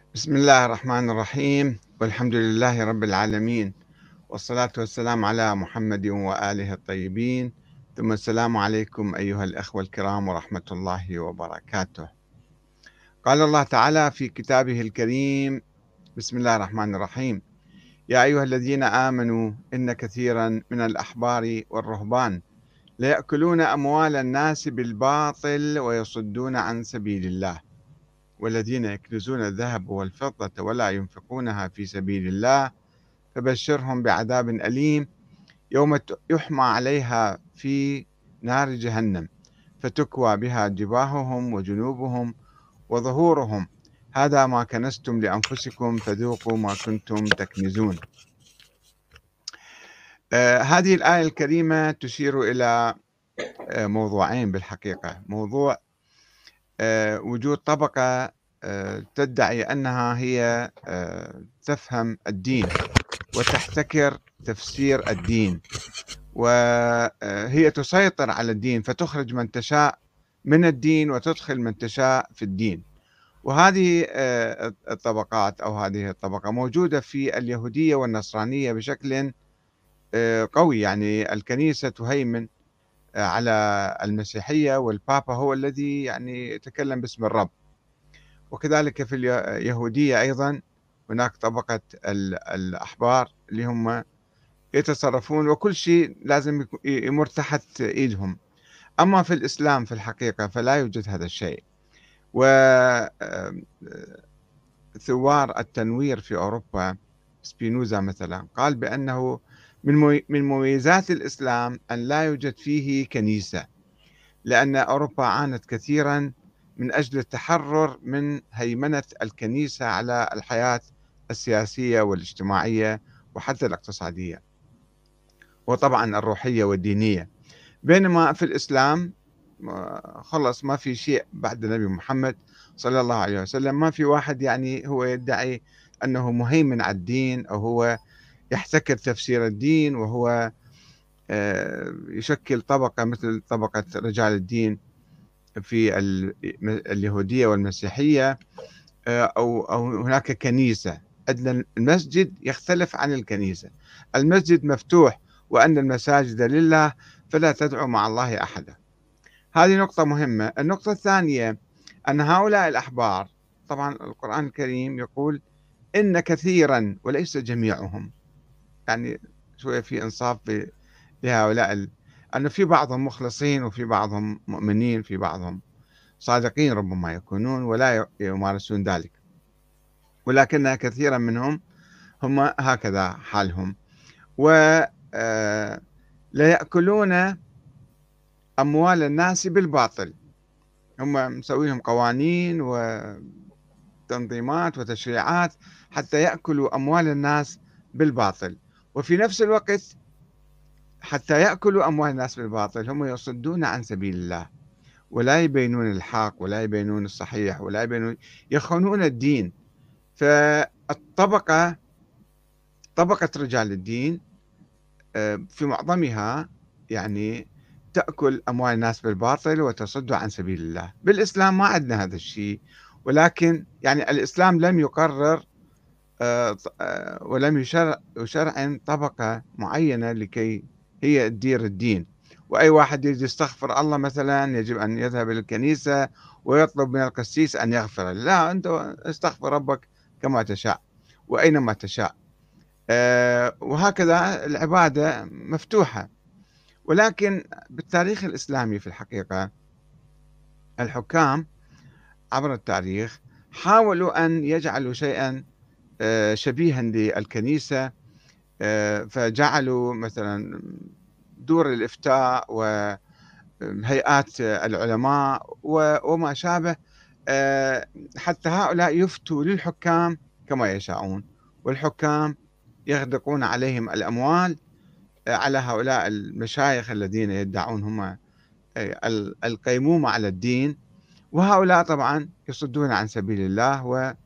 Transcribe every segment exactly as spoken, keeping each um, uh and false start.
بسم الله الرحمن الرحيم والحمد لله رب العالمين والصلاة والسلام على محمد وآله الطيبين ثم السلام عليكم أيها الأخوة الكرام ورحمة الله وبركاته. قال الله تعالى في كتابه الكريم: بسم الله الرحمن الرحيم: يا أيها الذين آمنوا إن كثيرا من الأحبار والرهبان ليأكلون أموال الناس بالباطل ويصدون عن سبيل الله والذين يكنزون الذهب والفضة ولا ينفقونها في سبيل الله فبشرهم بعذاب أليم يوم يحمى عليها في نار جهنم فتكوى بها جباههم وجنوبهم وظهورهم هذا ما كنزتم لأنفسكم فذوقوا ما كنتم تكنزون. آه هذه الآية الكريمة تشير إلى آه موضوعين بالحقيقة. موضوع آه وجود طبقة آه تدعي أنها هي آه تفهم الدين وتحتكر تفسير الدين، وهي تسيطر على الدين فتخرج من تشاء من الدين وتدخل من تشاء في الدين. وهذه آه، الطبقات أو هذه الطبقة موجودة في اليهودية والنصرانية بشكل آه، قوي. يعني الكنيسة تهيمن آه، على المسيحية، والبابا هو الذي يعني يتكلم باسم الرب. وكذلك في اليهودية أيضا هناك طبقة الأحبار اللي هم يتصرفون وكل شيء لازم يمر تحت إيدهم. أما في الإسلام في الحقيقة فلا يوجد هذا الشيء. وثوار التنوير في أوروبا سبينوزا مثلا قال بأنه من من مميزات الإسلام أن لا يوجد فيه كنيسة، لأن أوروبا عانت كثيرا من أجل التحرر من هيمنة الكنيسة على الحياة السياسية والاجتماعية وحتى الاقتصادية وطبعا الروحية والدينية. بينما في الإسلام خلص ما في شيء بعد النبي محمد صلى الله عليه وسلم، ما في واحد يعني هو يدعي أنه مهيمن على الدين أو هو يحتكر تفسير الدين، وهو آه، يشكل طبقة مثل طبقة رجال الدين في اليهودية والمسيحية، آه، أو أو هناك كنيسة. أن المسجد يختلف عن الكنيسة. المسجد مفتوح وأن المساجد لله فلا تدعو مع الله أحدا. هذه نقطة مهمة. النقطة الثانية أن هؤلاء الأحبار، طبعا القرآن الكريم يقول إن كثيرا وليس جميعهم، يعني شوية في إنصاف لهؤلاء ال... أنه في بعضهم مخلصين وفي بعضهم مؤمنين، في بعضهم صادقين ربما يكونون ولا يمارسون ذلك، ولكن كثيرا منهم هم هكذا حالهم. و آه، لا يأكلون أموال الناس بالباطل. هم مسوي لهم قوانين وتنظيمات وتشريعات حتى يأكلوا أموال الناس بالباطل، وفي نفس الوقت حتى يأكلوا أموال الناس بالباطل هم يصدون عن سبيل الله ولا يبينون الحق ولا يبينون الصحيح ولا يبينون، يخونون الدين. فالطبقة طبقة رجال الدين آه، في معظمها يعني تأكل أموال الناس بالباطل وتصد عن سبيل الله. بالإسلام ما عندنا هذا الشيء، ولكن يعني الإسلام لم يقرر آه، آه، ولم يشرع يشرعن طبقة معينة لكي هي تدير الدين. وأي واحد يجي يستغفر الله مثلا يجب أن يذهب إلى الكنيسة ويطلب من القسيس أن يغفر له. لا، أنت استغفر ربك كما تشاء وأينما تشاء. آه، وهكذا العبادة مفتوحة. ولكن بالتاريخ الإسلامي في الحقيقة الحكام عبر التاريخ حاولوا أن يجعلوا شيئا آه، شبيها للكنيسة، آه، فجعلوا مثلا دور الإفتاء وهيئات العلماء وما شابه، آه، حتى هؤلاء يفتوا للحكام كما يشاءون، والحكام يغدقون عليهم الأموال آه، على هؤلاء المشايخ الذين يدعون هم آه، القيمومة على الدين. وهؤلاء طبعا يصدون عن سبيل الله.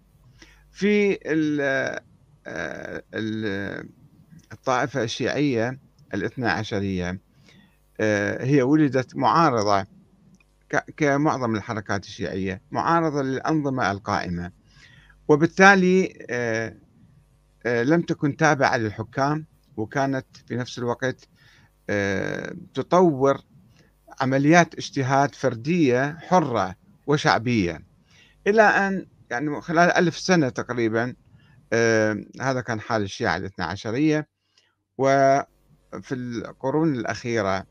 وفي ال- آه، ال- الطائفة الشيعية الاثنى عشرية آه، هي ولدت معارضة ك- كمعظم الحركات الشيعية، معارضة للأنظمة القائمة، وبالتالي آه، آه، لم تكن تابعة للحكام، وكانت في نفس الوقت آه، تطور عمليات اجتهاد فردية حرة وشعبية، إلى أن يعني خلال ألف سنة تقريبا آه، هذا كان حال الشيعة الاثنى عشرية. وفي القرون الأخيرة،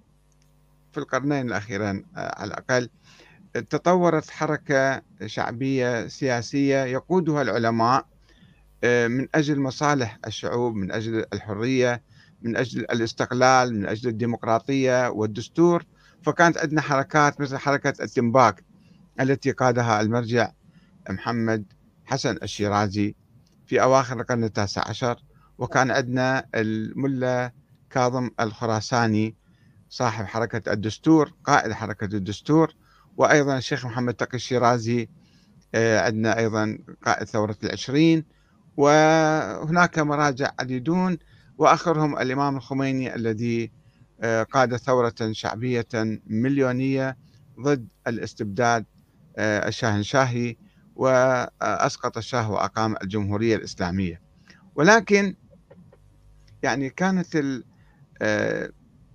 في القرنين الأخيرين آه، على الأقل، تطورت حركة شعبية سياسية يقودها العلماء آه، من أجل مصالح الشعوب، من أجل الحرية، من أجل الاستقلال، من أجل الديمقراطية والدستور. فكانت عندنا حركات مثل حركة التنباك التي قادها المرجع محمد حسن الشيرازي في أواخر القرن التاسع عشر. وكان عندنا الملا كاظم الخراساني صاحب حركة الدستور، قائد حركة الدستور. وأيضا الشيخ محمد تقي الشيرازي آه، عندنا أيضا قائد ثورة العشرين. وهناك مراجع عديدون، وآخرهم الإمام الخميني الذي آه، قاد ثورة شعبية مليونية ضد الاستبداد آه، الشاهنشاهي، وأسقط الشاه وأقام الجمهورية الإسلامية. ولكن يعني كانت ال- آه،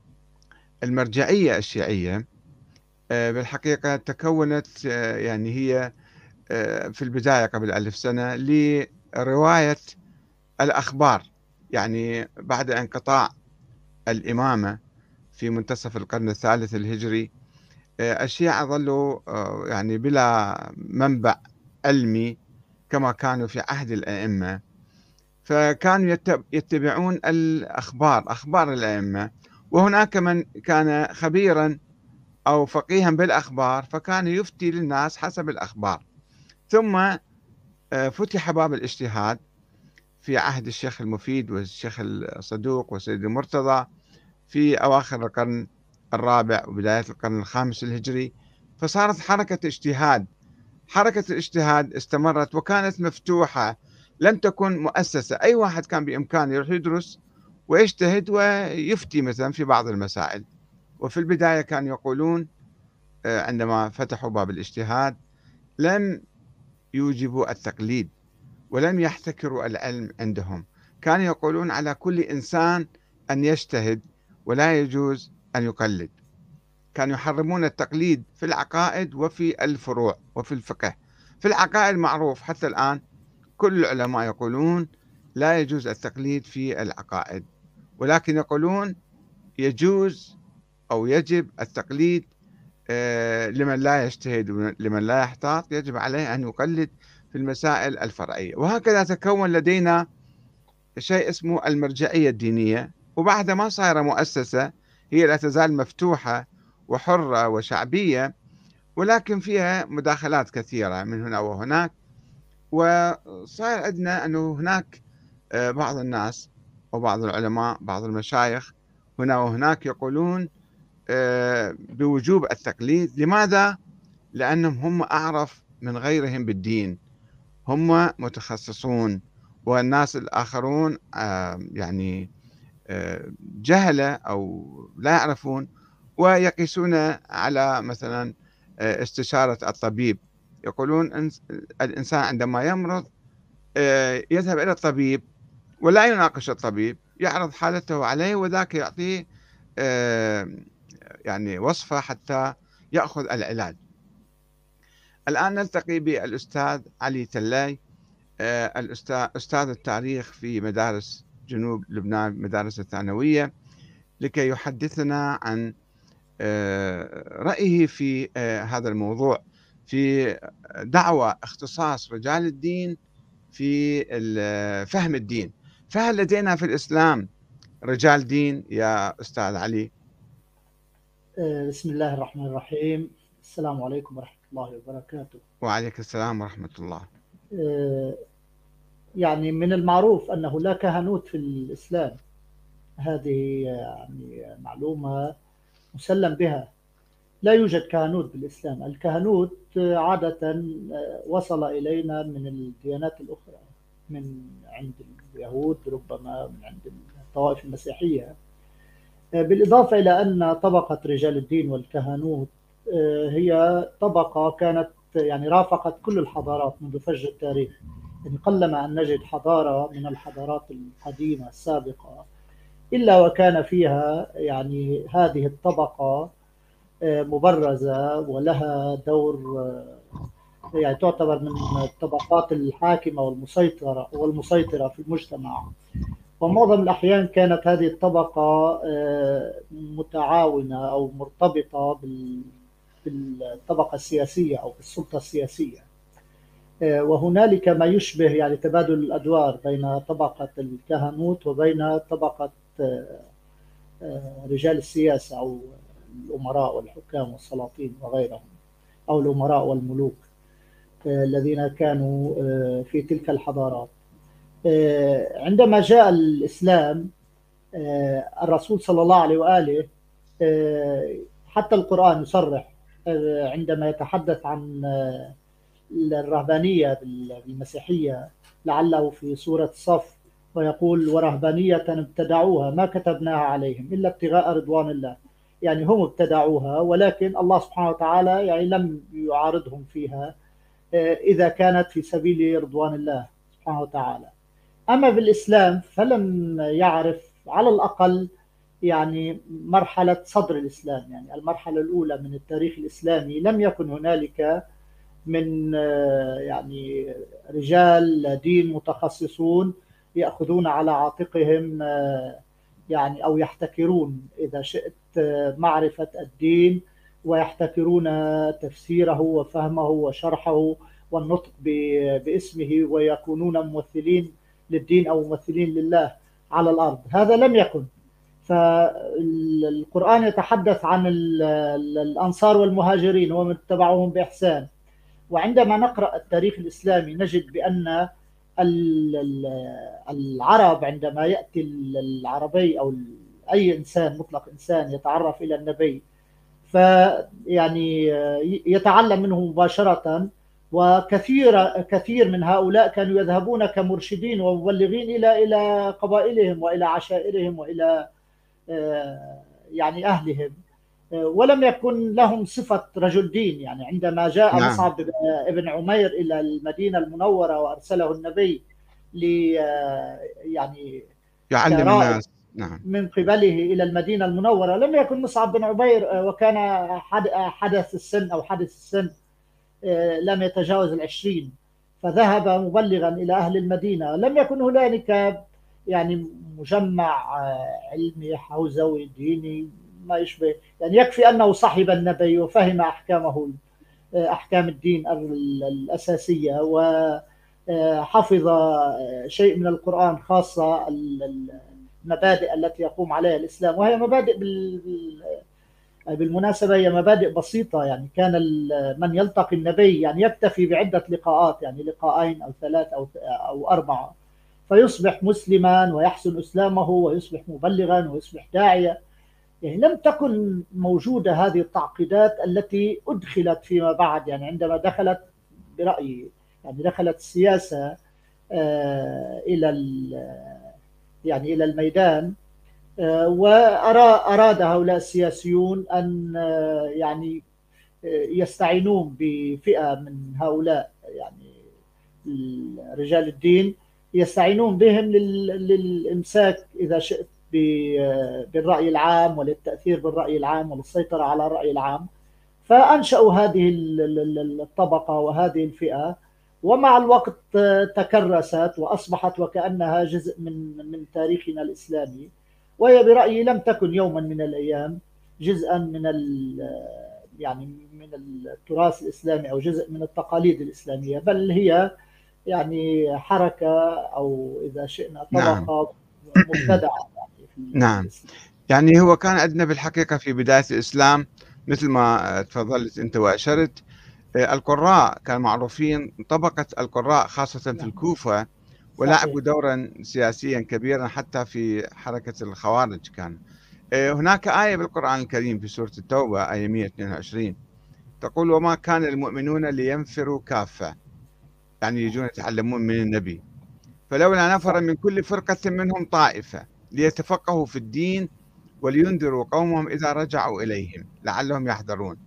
المرجعية الشيعية آه، بالحقيقة تكونت آه، يعني هي آه، في البداية قبل ألف سنة لرواية الأخبار. يعني بعد انقطاع الإمامة في منتصف القرن الثالث الهجري، آه، الشيعة ظلوا آه، يعني بلا منبع علمي كما كانوا في عهد الأئمة. فكانوا يتب- يتبعون الأخبار، أخبار الأئمة. وهناك من كان خبيرا أو فقيها بالأخبار فكان يفتي للناس حسب الأخبار. ثم آه، فتح باب الاجتهاد في عهد الشيخ المفيد والشيخ الصدوق وسيد المرتضى في أواخر القرن الرابع وبداية القرن الخامس الهجري. فصارت حركة اجتهاد. حركة الاجتهاد استمرت وكانت مفتوحة، لم تكن مؤسسة. أي واحد كان بإمكانه يروح يدرس ويجتهد ويفتي مثلا في بعض المسائل. وفي البداية كانوا يقولون آه، عندما فتحوا باب الاجتهاد لم يوجبوا التقليد ولم يحتكروا العلم عندهم. كانوا يقولون على كل إنسان أن يجتهد ولا يجوز أن يقلد. كانوا يحرمون التقليد في العقائد وفي الفروع وفي الفقه. في العقائد معروف حتى الآن كل العلماء يقولون لا يجوز التقليد في العقائد، ولكن يقولون يجوز أو يجب التقليد آه، لمن لا يجتهد ولمن لا يحتاط يجب عليه أن يقلد في المسائل الفرعية. وهكذا تكون لدينا شيء اسمه المرجعية الدينية، وبعد ما صايرة مؤسسة هي لا تزال مفتوحة وحرة وشعبية، ولكن فيها مداخلات كثيرة من هنا وهناك. وصار عندنا أنه هناك آه، بعض الناس وبعض العلماء بعض المشايخ هنا وهناك يقولون آه، بوجوب التقليد. لماذا؟ لأنهم هم أعرف من غيرهم بالدين، هم متخصصون، والناس الآخرون آه، يعني آه، جهلة أو لا يعرفون، ويقيسون على مثلا آه، استشارة الطبيب. يقولون إنس- الإنسان عندما يمرض آه، يذهب إلى الطبيب ولا يناقش الطبيب، يعرض حالته عليه وذاك يعطيه آه، يعني وصفة حتى يأخذ العلاج. الآن نلتقي بالأستاذ علي تلاي، آه، الأستاذ أستاذ التاريخ في مدارس جنوب لبنان، مدارس الثانوية، لكي يحدثنا عن آه، رأيه في آه، هذا الموضوع، في دعوى اختصاص رجال الدين في ال- فهم الدين. فهل لدينا في الإسلام رجال دين يا أستاذ علي؟ آه، بسم الله الرحمن الرحيم. السلام عليكم ورحمة الله وبركاته. وعليك السلام ورحمة الله. آه، يعني من المعروف أنه لا كهنوت في الإسلام. هذه يعني معلومة مسلم بها. لا يوجد كهنوت بالإسلام. الكهنوت آه، عادة آه، وصل إلينا من الديانات الأخرى، من عند اليهود، ربما من عند الطوائف المسيحية. آه، بالإضافة إلى أن طبقة رجال الدين والكهنوت آه، هي طبقة كانت يعني رافقت كل الحضارات منذ فجر التاريخ. يعني قلما أن نجد حضارة من الحضارات القديمة السابقة إلا وكان فيها يعني هذه الطبقة مبرزة ولها دور، يعني تعتبر من الطبقات الحاكمة والمسيطرة والمسيطرة في المجتمع. ومعظم الأحيان كانت هذه الطبقة متعاونة أو مرتبطة بالطبقة السياسية أو بالسلطة السياسية. وهنالك ما يشبه يعني تبادل الأدوار بين طبقة الكهنوت وبين طبقة رجال السياسة أو الأمراء والحكام والسلاطين وغيرهم، أو الأمراء والملوك الذين كانوا في تلك الحضارات. عندما جاء الإسلام الرسول صلى الله عليه وآله، حتى القرآن يصرح عندما يتحدث عن الرهبانية بالمسيحية، لعله في سورة الصف، ويقول ورهبانية ابتدعوها ما كتبناها عليهم إلا ابتغاء رضوان الله. يعني هم ابتدعوها، ولكن الله سبحانه وتعالى يعني لم يعارضهم فيها إذا كانت في سبيل رضوان الله سبحانه وتعالى. أما بالإسلام فلم يعرف على الأقل يعني مرحلة صدر الإسلام، يعني المرحلة الأولى من التاريخ الإسلامي لم يكن هنالك من يعني رجال دين متخصصون يأخذون على عاتقهم يعني أو يحتكرون إذا شئت معرفة الدين، ويحتكرون تفسيره وفهمه وشرحه والنطق باسمه، ويكونون ممثلين للدين أو ممثلين لله على الأرض. هذا لم يكن. فالقرآن يتحدث عن الأنصار والمهاجرين ومن اتبعوهم بإحسان. وعندما نقرأ التاريخ الإسلامي نجد بأن العرب عندما يأتي العربي أو أي إنسان مطلق إنسان يتعرف إلى النبي فيعني يتعلم منه مباشرة. وكثير كثير من هؤلاء كانوا يذهبون كمرشدين ومبلغين إلى إلى قبائلهم وإلى عشائرهم وإلى يعني أهلهم، ولم يكن لهم صفة رجل دين. يعني عندما جاء نعم. مصعب بن عمير إلى المدينة المنورة وأرسله النبي لي يعني يعلم الناس نعم. من قبله إلى المدينة المنورة، لم يكن مصعب بن عمير وكان حدث السن أو حدث السن لم يتجاوز العشرين، فذهب مبلغا إلى أهل المدينة. لم يكن هنالك يعني مجمع علمي حوزوي ديني ما يشبه، يعني يكفي أنه صحب النبي وفهم أحكامه أحكام الدين الأساسية، وحفظ شيء من القرآن، خاصة المبادئ التي يقوم عليها الإسلام، وهي مبادئ بالمناسبة هي مبادئ بسيطة. يعني كان من يلتقي النبي يعني يكتفي بعدة لقاءات، يعني لقاءين أو ثلاث أو أو أربعة، فيصبح مسلما ويحسن إسلامه ويصبح مبلغا ويصبح داعية. يعني لم تكن موجودة هذه التعقيدات التي أدخلت فيما بعد. يعني عندما دخلت برأيي يعني دخلت السياسة إلى يعني إلى الميدان، وأراد هؤلاء السياسيون أن يعني يستعينون بفئة من هؤلاء يعني رجال الدين، يستعينون بهم للإمساك إذا شئت بالرأي العام وللتأثير بالرأي العام وللسيطرة على الرأي العام. فأنشأوا هذه الطبقة وهذه الفئة، ومع الوقت تكرست وأصبحت وكأنها جزء من من تاريخنا الإسلامي، وهي برأيي لم تكن يوما من الأيام جزءا من يعني من التراث الإسلامي أو جزء من التقاليد الإسلامية، بل هي يعني حركة أو إذا شئنا طبقة نعم. مبتدعة يعني في نعم الإسلام. يعني هو كان عندنا بالحقيقة في بداية الإسلام مثل ما تفضلت أنت وأشرت، القراء كانوا معروفين، طبقة القراء خاصة في الكوفة، ولعبوا دورا سياسيا كبيرا حتى في حركة الخوارج. كان هناك آية بالقرآن الكريم في سورة التوبة آية مئة واثنين وعشرين تقول وما كان المؤمنون لينفروا كافة، يعني يجون يتعلمون من النبي، فلولا نفر من كل فرقة منهم طائفة ليتفقهوا في الدين ولينذروا قومهم إذا رجعوا إليهم لعلهم يحذرون.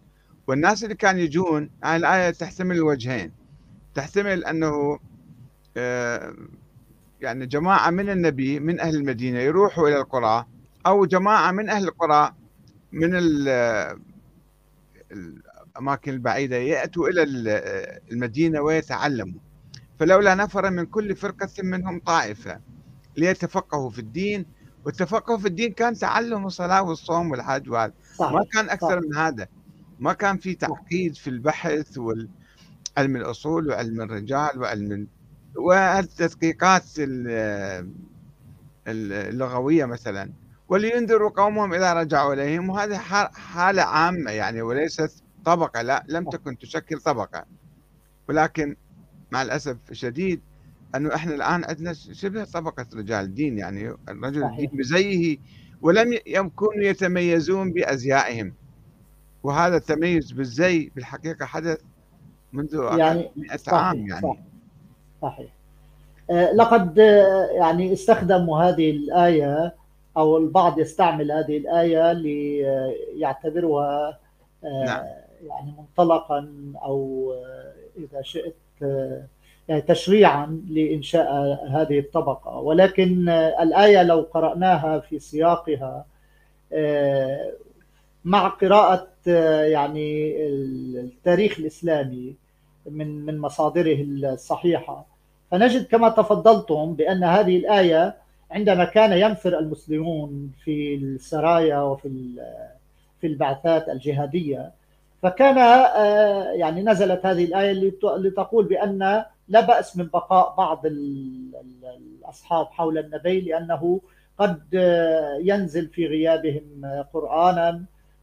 والناس اللي كانوا يجون، هاي الآية تحتمل الوجهين. تحتمل أنه آه، يعني جماعة من النبي من أهل المدينة يروحوا إلى القرى، أو جماعة من أهل القرى من ال- الأماكن البعيدة يأتوا إلى ال- المدينة ويتعلموا. فلولا نفر من كل فرقة منهم طائفة ليتفقهوا في الدين. والتفقه في الدين كان تعلم الصلاة والصوم والحج وهذا، ما صحيح كان أكثر صحيح من هذا. ما كان في صح تعقيد في البحث وعلم الأصول وعلم الرجال وعلم ال- والتدقيقات ال- اللغوية مثلا. ولينذروا قومهم إذا رجعوا إليهم. وهذه ح- حالة عامة يعني، وليست طبقة، لا لم صح تكن تشكل طبقة. ولكن مع الأسف الشديد أنه إحنا الآن عندنا شبه طبقة رجال دين، يعني الرجل الدين صحيح. بزيه، ولم ي- يكونوا يتميزون بأزيائهم. وهذا التميز بالزي بالحقيقة حدث منذ أقل يعني من مئة عام صحيح صح يعني. صحيح. آه، لقد آه، يعني استخدموا هذه الآية، أو البعض يستعمل هذه الآية ليعتبرها نعم آه، يعني منطلقا، أو آه، إذا شئت آه، يعني تشريعا لإنشاء هذه الطبقة. ولكن آه، الآية لو قرأناها في سياقها آه، مع قراءة آه، يعني التاريخ الإسلامي من من مصادره الصحيحة، فنجد كما تفضلتم بأن هذه الآية عندما كان ينفر المسلمون في السرايا وفي في البعثات الجهادية، فكان آه، يعني نزلت هذه الآية لتقول بأن لا بأس من بقاء بعض الأصحاب حول النبي، لأنه قد آه، ينزل في غيابهم آه، قرآنا،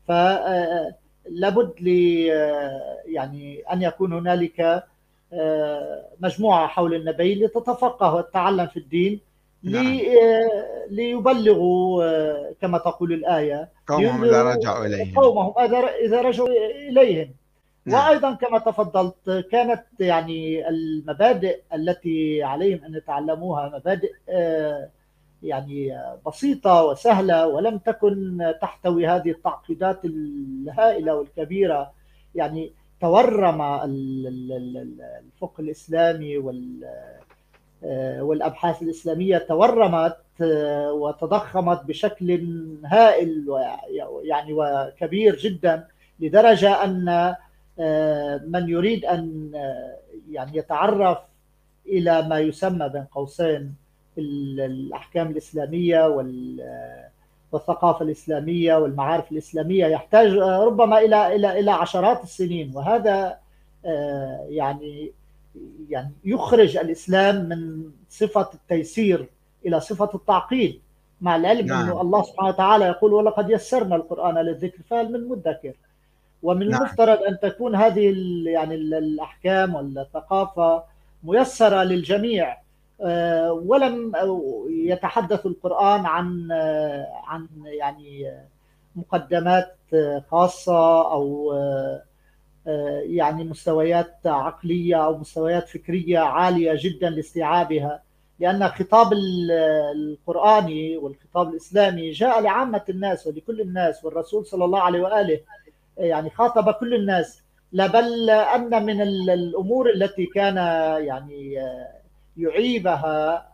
فلابد لي آه، يعني أن يكون هنالك آه، مجموعة حول النبي لتتفقه وتتعلم في الدين، نعم. لي- آه، ليبلغوا آه، كما تقول الآية، قومهم إذا لينذروا رجعوا إليهم. قومهم إذا رجعوا إليهم. نعم وأيضا كما تفضلت كانت يعني المبادئ التي عليهم أن يتعلموها مبادئ آه، يعني بسيطة وسهلة، ولم تكن تحتوي هذه التعقيدات الهائلة والكبيرة. يعني تورم الفقه الإسلامي والأبحاث الإسلامية تورمت وتضخمت بشكل هائل يعني وكبير جدا، لدرجة أن من يريد أن يعني يتعرف إلى ما يسمى بين قوسين الأحكام الإسلامية والثقافة الإسلامية والمعارف الإسلامية يحتاج ربما إلى إلى إلى عشرات السنين. وهذا يعني يعني يخرج الإسلام من صفة التيسير إلى صفة التعقيد، مع العلم أنه نعم الله سبحانه وتعالى يقول ولقد يسرنا القرآن للذكر فهل من مدكر. ومن نعم المفترض أن تكون هذه يعني الأحكام والثقافة ميسرة للجميع، ولم يتحدث القرآن عن عن يعني مقدمات خاصة أو يعني مستويات عقلية أو مستويات فكرية عالية جدا لاستيعابها، لأن الخطاب القرآني والخطاب الإسلامي جاء لعامة الناس ولكل الناس، والرسول صلى الله عليه وآله يعني خاطب كل الناس. لا بل أن من الأمور التي كان يعني يعيبها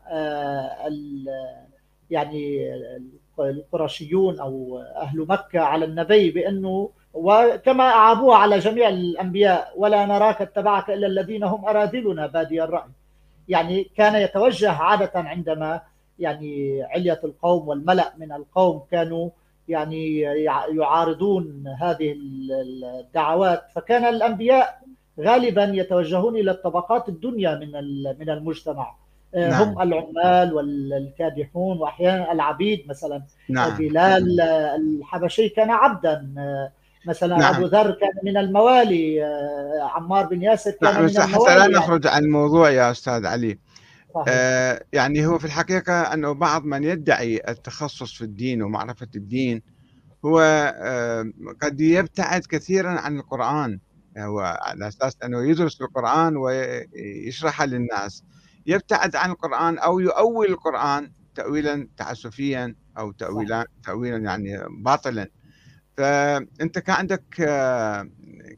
يعني القرشيون أو أهل مكة على النبي، بأنه وكما أعابوها على جميع الأنبياء ولا نراك اتبعك إلا الذين هم أراذلنا بادي الرأي. يعني كان يتوجه عادة عندما يعني علية القوم والملأ من القوم كانوا يعني يعارضون هذه الدعوات، فكان الأنبياء غالبا يتوجهون إلى الطبقات الدنيا من من المجتمع، هم نعم العمال والكادحون وأحيانا العبيد. مثلا نعم بلال الحبشي كان عبدا، مثلا أبو نعم ذر كان من الموالي، عمار بن ياسر كان نعم. من بس حتى لا الموالي يعني. نخرج عن الموضوع يا أستاذ علي، صحيح آه يعني هو في الحقيقة أنه بعض من يدعي التخصص في الدين ومعرفة الدين هو آه قد يبتعد كثيرا عن القرآن. هو على أساس أنه يدرس القرآن ويشرحه للناس، يبتعد عن القرآن أو يؤول القرآن تأويلا تعسفيا أو صحيح تأويلا تأويلا يعني باطلا. فأنت كان عندك آه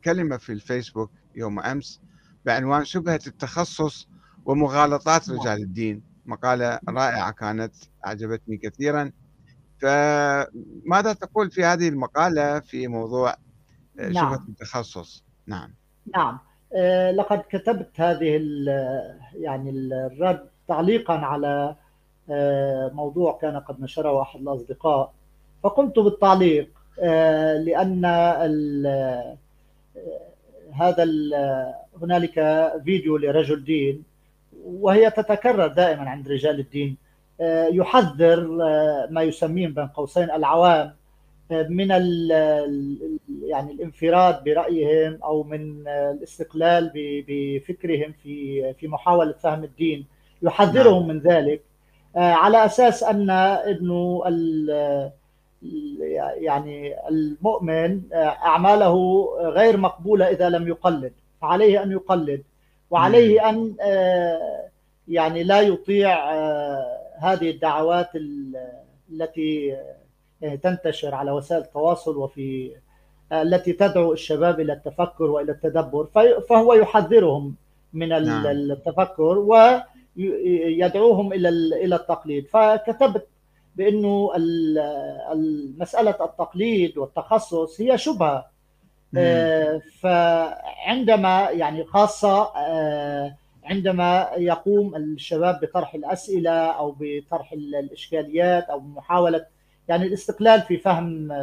كلمة في الفيسبوك يوم أمس بعنوان شبهة التخصص ومغالطات نعم رجال الدين، مقالة رائعة كانت أعجبتني كثيرا. فماذا تقول في هذه المقالة في موضوع آه، شبهة نعم التخصص؟ نعم. نعم. آه، لقد كتبت هذه ال- يعني الرد تعليقا على آه، موضوع كان قد نشره أحد الأصدقاء، فقمت بالتعليق آه، لأن ال- آه، هذا ال- هنالك فيديو لرجل دين، وهي تتكرر دائما عند رجال الدين، آه، يحذر آه، ما يسمين بين قوسين العوام من ال يعني الانفراد برأيهم أو من الاستقلال بفكرهم في في محاولة فهم الدين. نعم. يحذرهم من ذلك على أساس أن إنه يعني المؤمن أعماله غير مقبولة إذا لم يقلد، فعليه أن يقلد، مم. وعليه أن يعني لا يطيع هذه الدعوات التي تنتشر على وسائل التواصل وفي التي تدعو الشباب إلى التفكر وإلى التدبر. فهو يحذرهم من نعم. التفكر ويدعوهم إلى إلى التقليد. فكتبت بأنه مسألة التقليد والتخصص هي شبهة، مم. فعندما يعني خاصة عندما يقوم الشباب بطرح الأسئلة أو بطرح الإشكاليات أو محاولة يعني الاستقلال في فهم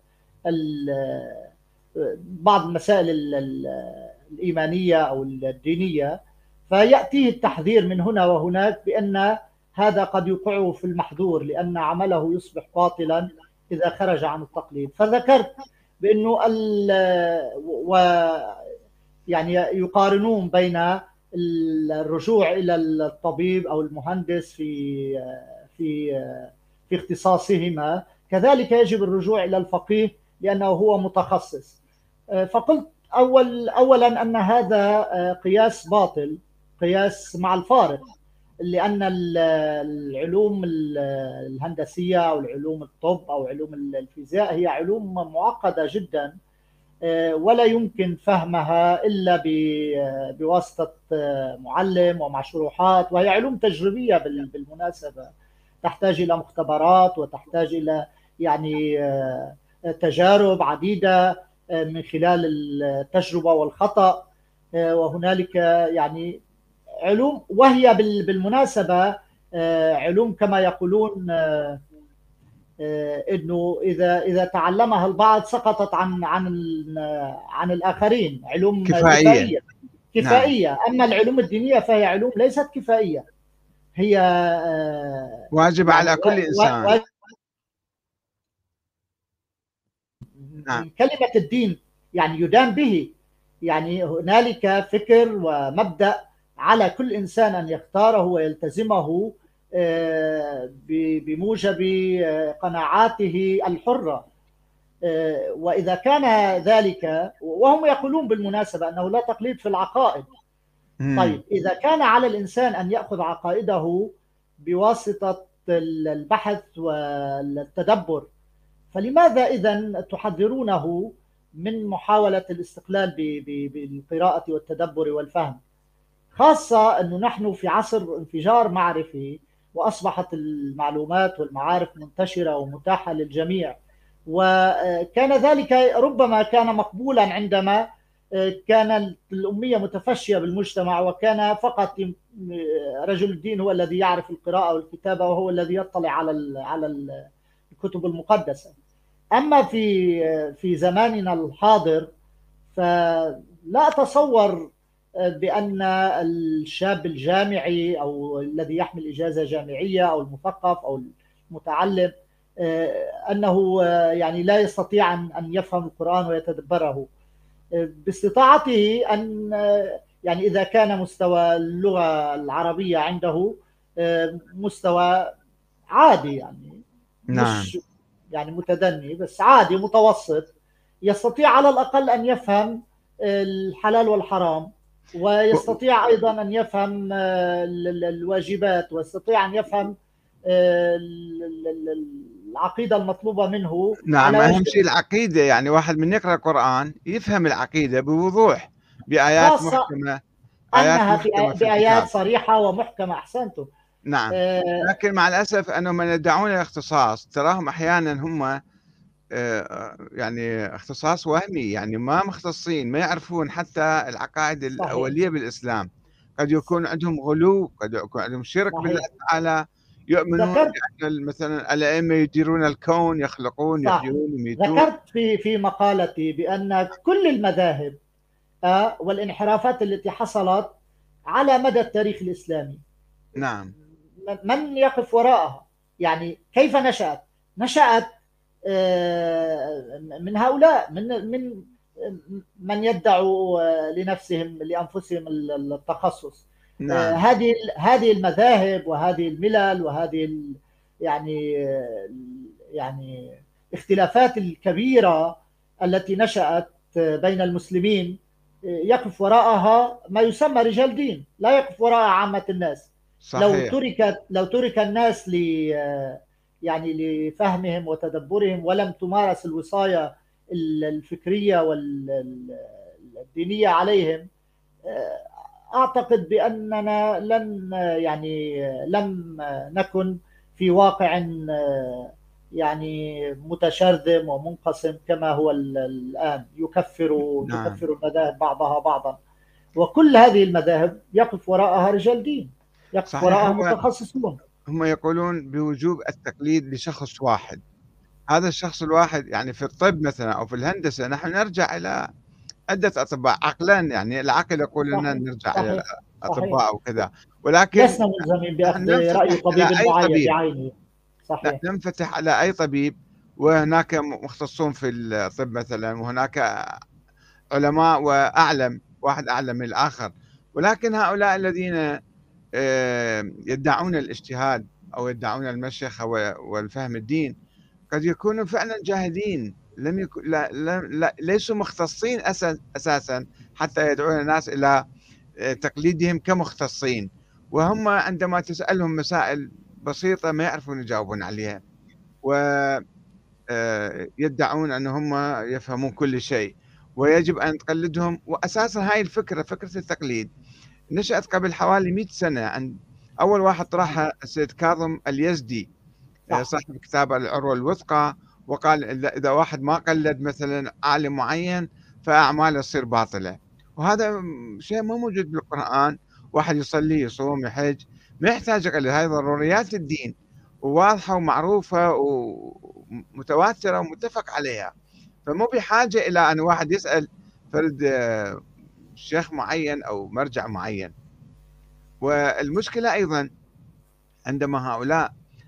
بعض المسائل الإيمانية أو الدينية، فيأتيه التحذير من هنا وهناك بأن هذا قد يوقعه في المحظور، لأن عمله يصبح باطلا إذا خرج عن التقليد. فذكرت بأنه و يعني يقارنون بين الرجوع إلى الطبيب أو المهندس في في في اختصاصهما، كذلك يجب الرجوع إلى الفقيه لأنه هو متخصص. فقلت أول أولا أن هذا قياس باطل، قياس مع الفارق، لأن العلوم الهندسية أو العلوم الطب أو علوم الفيزياء هي علوم معقدة جدا، ولا يمكن فهمها إلا بواسطة معلم ومع شروحات، وهي علوم تجريبية بالمناسبة، تحتاج إلى مختبرات وتحتاج إلى يعني تجارب عديدة من خلال التجربة والخطأ. وهنالك يعني علوم، وهي بالمناسبة علوم كما يقولون انه اذا اذا تعلمها البعض سقطت عن عن عن الاخرين، علوم كفائية. كفائيه نعم. كفائيه. اما العلوم الدينيه فهي علوم ليست كفائيه، هي واجب يعني على كل و و إنسان. نعم. من كلمه الدين يعني يدان به، يعني هنالك فكر ومبدأ على كل انسان ان يختاره ويلتزمه بموجب قناعاته الحرة. وإذا كان ذلك، وهم يقولون بالمناسبة أنه لا تقليد في العقائد، مم. طيب إذا كان على الإنسان أن يأخذ عقائده بواسطة البحث والتدبر، فلماذا إذن تحذرونه من محاولة الاستقلال بالقراءة والتدبر والفهم؟ خاصة أنه نحن في عصر انفجار معرفي، وأصبحت المعلومات والمعارف منتشرة ومتاحة للجميع، وكان ذلك ربما كان مقبولا عندما كان الأمية متفشية بالمجتمع، وكان فقط رجل الدين هو الذي يعرف القراءة والكتابة وهو الذي يطلع على على الكتب المقدسة. أما في في زماننا الحاضر فلا أتصور بأن الشاب الجامعي أو الذي يحمل إجازة جامعية أو المثقف أو المتعلم أنه يعني لا يستطيع أن يفهم القرآن ويتدبره باستطاعته، أن يعني إذا كان مستوى اللغة العربية عنده مستوى عادي، يعني نعم. مش يعني متدني بس عادي متوسط، يستطيع على الأقل أن يفهم الحلال والحرام، و- ويستطيع أيضا أن يفهم الواجبات، ويستطيع أن يفهم العقيدة المطلوبة منه نعم، على وجه أهم شيء العقيدة، يعني واحد من يقرأ القرآن يفهم العقيدة بوضوح بآيات خاصة محكمة، آيات أنها محكمة بآ- في بآيات الكتاب. صريحة ومحكمة. أحسنتم. نعم، آه، لكن مع الأسف أنه من يدعون الاختصاص تراهم أحيانا هم آه، يعني اختصاص وهمي، يعني ما مختصين، ما يعرفون حتى العقائد صحيح. الأولية بالإسلام. قد يكون عندهم غلو، قد يكون عندهم شرك بالله صحيح. تعالى، يؤمنون ذكرت بأن مثلا الأئمة يديرون الكون، يخلقون، صح يحيون، يميتون. ذكرت في في مقالتي بأن كل المذاهب آه، والانحرافات التي حصلت على مدى التاريخ الإسلامي، نعم، من يقف وراءها؟ يعني كيف نشأت؟ نشأت آه، من هؤلاء، من من من يدعوا آه، لنفسهم لأنفسهم التخصص. آه، نعم، هذه هذه المذاهب وهذه الملل وهذه ال- يعني آه، يعني اختلافات الكبيرة التي نشأت آه، بين المسلمين، آه، يقف وراءها ما يسمى رجال دين، لا يقف وراء عامة الناس. لو صحيح، تركت لو ترك الناس ل يعني لفهمهم وتدبرهم، ولم تمارس الوصاية الفكرية والدينية عليهم، أعتقد بأننا لن يعني لم نكن في واقع يعني متشرذم ومنقسم كما هو الآن، يكفر نعم، تكفر المذاهب بعضها بعضا. وكل هذه المذاهب يقف وراءها رجال دين، يقف صحيح. وراءها هو متخصصون. هم يقولون بوجوب التقليد لشخص واحد. هذا الشخص الواحد يعني في الطب مثلا أو في الهندسة نحن نرجع إلى عدة أطباء عقلًا، يعني العقل يقول لنا صحيح. نرجع إلى صحيح. صحيح. الأطباء وكذا، ولكن لسنا ملزمين نحن بأخذ رأي ننفتح طبيب على أي معين طبيب، بعينه. ن صحيح. ننفتح على أي طبيب، وهناك مختصون في الطب مثلًا، وهناك علماء وأعلم، واحد أعلم من الآخر، ولكن هؤلاء الذين آآ يدعون الاجتهاد أو يدعون المشيخة و والفهم الدين، قد يكونوا فعلًا جاهلين، لم يك لا لا لا ليسوا مختصين أسا أساسًا حتى يدعون الناس إلى آآ تقليدهم كمختصين، وهم عندما تسألهم مسائل بسيطة ما يعرفون يجاوبون عليها، و آآ يدعون أن هم يفهمون كل شيء، ويجب أن تقلدهم. وأساسًا هاي الفكرة، فكرة التقليد، نشأت قبل حوالي مئة سنة عند أول واحد نعم. طرحها السيد كاظم اليزدي، آآ صح. صاحب كتاب العروة الوثقى، وقال إذا إذا واحد ما قلد مثلًا عالم معين فأعماله تصير باطلة، وهذا م شيء مو موجود بالقرآن. واحد يصلي، يصوم، يحج، ما يحتاج يقلد، هاي ضروريات الدين وواضحة ومعروفة ومتواترة ومتفق عليها، فمو بحاجة إلى أن واحد يسأل فرد آه، شيخ معين أو مرجع معين. والمشكلة أيضًا عندما هؤلاء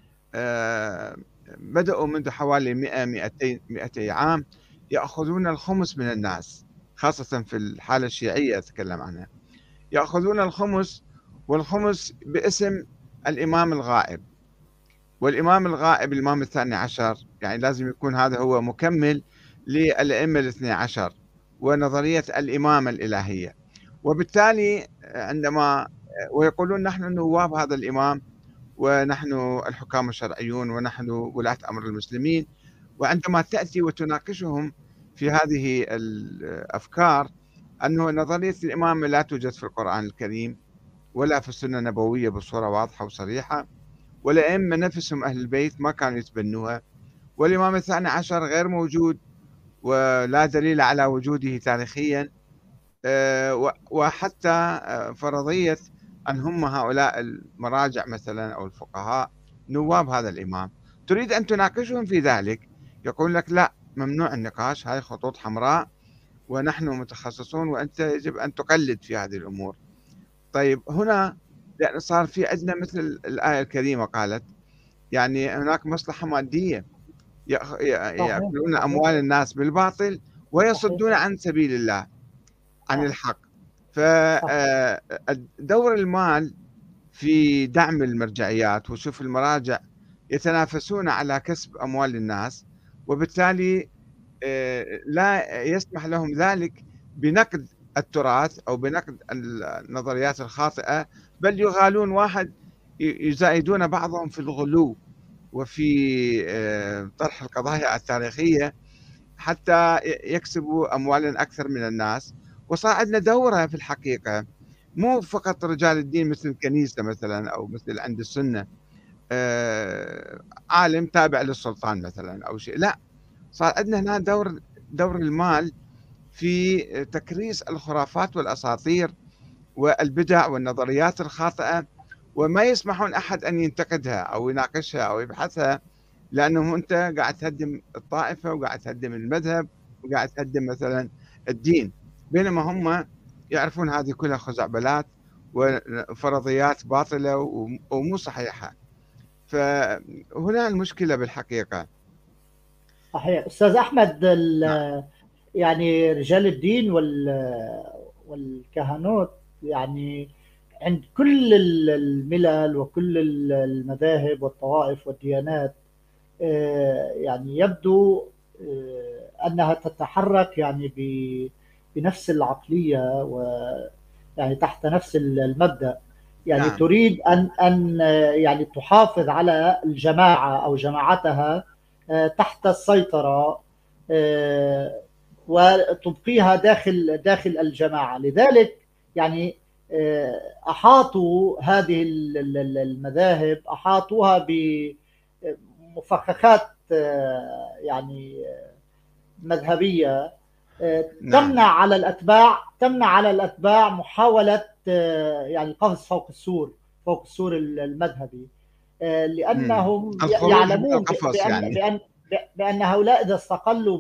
آآ بدأوا منذ حوالي مئة، مئتين مئتي عام يأخذون الخمس من الناس، خاصةً في الحالة الشيعية أتكلم عنها، يأخذون الخمس، والخمس باسم الإمام الغائب، والإمام الغائب الإمام الثاني عشر، يعني لازم يكون هذا هو مكمل للأئمة الاثني عشر ونظرية الإمامة الإلهية، وبالتالي عندما ويقولون نحن نواب هذا الإمام، ونحن الحكام الشرعيون، ونحن ولاة أمر المسلمين. وعندما تأتي وتناقشهم في هذه الأفكار، أنه نظرية الإمامة لا توجد في القرآن الكريم ولا في السنة النبوية بصورة واضحة وصريحة، والأئمة نفسهم أهل البيت ما كانوا يتبنوها، والإمام الثاني عشر غير موجود ولا دليل على وجوده تاريخيا. آه، و- وحتى آه، فرضية أن هم هؤلاء المراجع مثلا أو الفقهاء نواب هذا الإمام، تريد أن تناقشهم في ذلك، يقول لك لا، ممنوع النقاش، هاي خطوط حمراء، ونحن متخصصون وأنت يجب أن تقلد في هذه الأمور. طيب هنا لأن صار في عندنا مثل الآية الكريمة قالت، يعني هناك مصلحة مادية، يأخ- صحيح. يأكلون صحيح. أموال الناس بالباطل صحيح. ويصدون عن سبيل الله، عن صح. الحق. صح. فدور المال في دعم المرجعيات، وشوف المراجع يتنافسون على كسب أموال الناس، وبالتالي آه، لا يسمح لهم ذلك بنقد التراث أو بنقد النظريات الخاطئة، بل يغالون واحد، ي- يزايدون بعضهم في الغلو وفي آه، طرح القضايا التاريخية حتى يكسبوا أموالا أكثر من الناس. وصار عندنا دورة في الحقيقة، مو فقط رجال الدين مثل الكنيسة مثلا أو مثل عند السنة، آه، عالم تابع للسلطان مثلا أو شيء، لا، صار عندنا هنا دور دور المال في تكريس الخرافات والأساطير والبدع والنظريات الخاطئة، وما يسمحون أحد أن ينتقدها أو يناقشها أو يبحثها، لأنه أنت قاعد تهدم الطائفة وقاعد تهدم المذهب وقاعد تهدم مثلا الدين، بينما هم يعرفون هذه كلها خزعبلات وفرضيات باطلة ومو صحيحة. فهنا المشكلة بالحقيقة. صحيح أستاذ أحمد. نعم. يعني رجال الدين وال والكهنوت، يعني عند كل الملل وكل المذاهب والطوائف والديانات، آه، يعني يبدو آه، أنها تتحرك يعني ب- بنفس العقلية، ويعني تحت نفس المبدأ. يعني نعم. تريد أن أن آه، يعني تحافظ على الجماعة أو جماعتها آه، تحت السيطرة، آه، وتبقيها داخل داخل الجماعة. لذلك يعني آه، أحاطوا هذه المذاهب، أحاطوها بمفخخات آه، يعني مذهبية آه، نعم. تمنع على الأتباع تمنع على الأتباع محاولة آه، يعني القفز فوق السور فوق السور المذهبي، آه، مم. لأنهم الخروج من يعلمون القفص بأن يعني. بأن بأن هؤلاء إذا استقلوا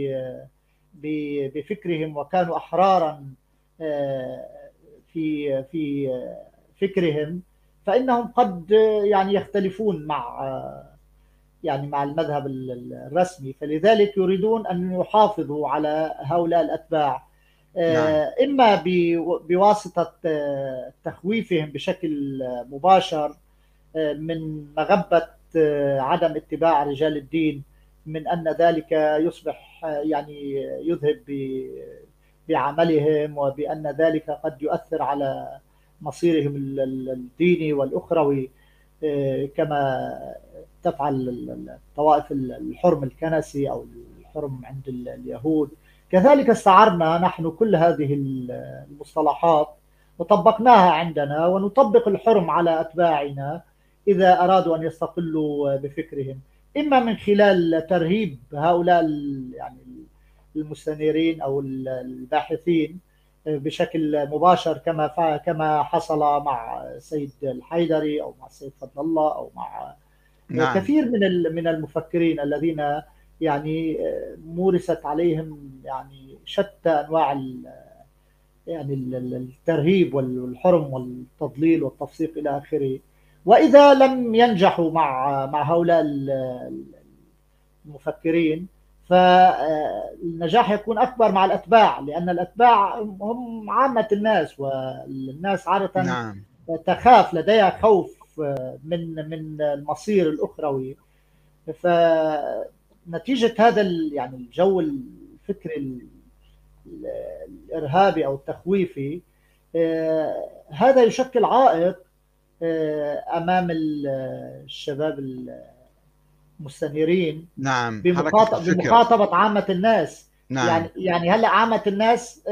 بفكرهم وكانوا أحرارا آه، في في فكرهم، فإنهم قد يعني يختلفون مع يعني مع المذهب الرسمي. فلذلك يريدون أن يحافظوا على هؤلاء الأتباع، نعم. إما بواسطة تخويفهم بشكل مباشر من مغبة عدم اتباع رجال الدين، من أن ذلك يصبح يعني يذهب بعملهم، وبأن ذلك قد يؤثر على مصيرهم الديني والأخروي، كما تفعل الطوائف الحرم الكنسي أو الحرم عند اليهود. كذلك استعرنا نحن كل هذه المصطلحات وطبقناها عندنا، ونطبق الحرم على أتباعنا إذا أرادوا أن يستقلوا بفكرهم، إما من خلال ترهيب هؤلاء يعني المستنيرين أو الباحثين بشكل مباشر، كما كما حصل مع السيد الحيدري أو مع السيد فضل الله أو مع نعم. كثير من من المفكرين الذين يعني مورست عليهم يعني شتى أنواع يعني الترهيب والحرم والتضليل والتفسيق إلى آخره. وإذا لم ينجحوا مع مع هؤلاء المفكرين، فالنجاح يكون أكبر مع الأتباع، لأن الأتباع هم عامة الناس، والناس عادة نعم. تخاف، لديها خوف من من المصير الأخروي. فنتيجة هذا يعني الجو الفكري الإرهابي أو التخويفي، هذا يشكل عائق أمام الشباب المستنيرين نعم. حركة الفكر. بمخاطبة عامة الناس. نعم. يعني يعني هلا عامة الناس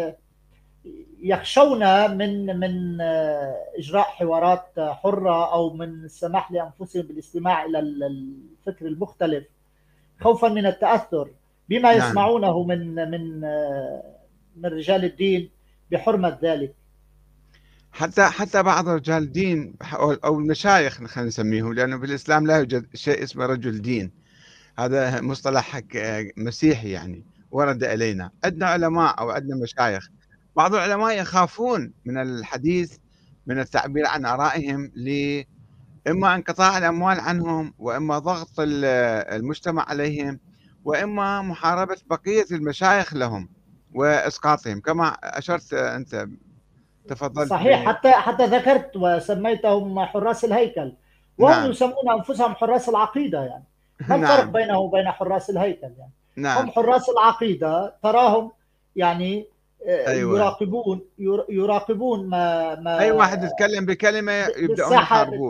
يخشون من من إجراء حوارات حرة، أو من السماح لأنفسهم بالاستماع إلى الفكر المختلف، خوفا من التأثر بما نعم. يسمعونه من من من رجال الدين بحرمة ذلك. حتى حتى بعض رجال الدين او أو المشايخ خلينا نسميهم، لانه بالاسلام لا يوجد شيء اسمه رجل دين، هذا مصطلح حق مسيحي يعني ورد الينا. عندنا علماء او عندنا مشايخ، بعض العلماء يخافون من الحديث، من التعبير عن ارائهم، ل اما انقطاع الاموال عنهم، واما ضغط المجتمع عليهم، واما محاربه بقيه المشايخ لهم واسقاطهم، كما اشرت انت، تفضلت ب. صحيح. حتى حتى ذكرت وسميتهم حراس الهيكل، وهم نعم. يسمون أنفسهم حراس العقيدة. يعني ما الفرق نعم. بينه وبين حراس الهيكل؟ يعني هم نعم. حراس العقيدة، تراهم يعني ايوه. يراقبون يراقبون ما اي ما واحد يتكلم بكلمه يبداون بالساحة يحاربوه.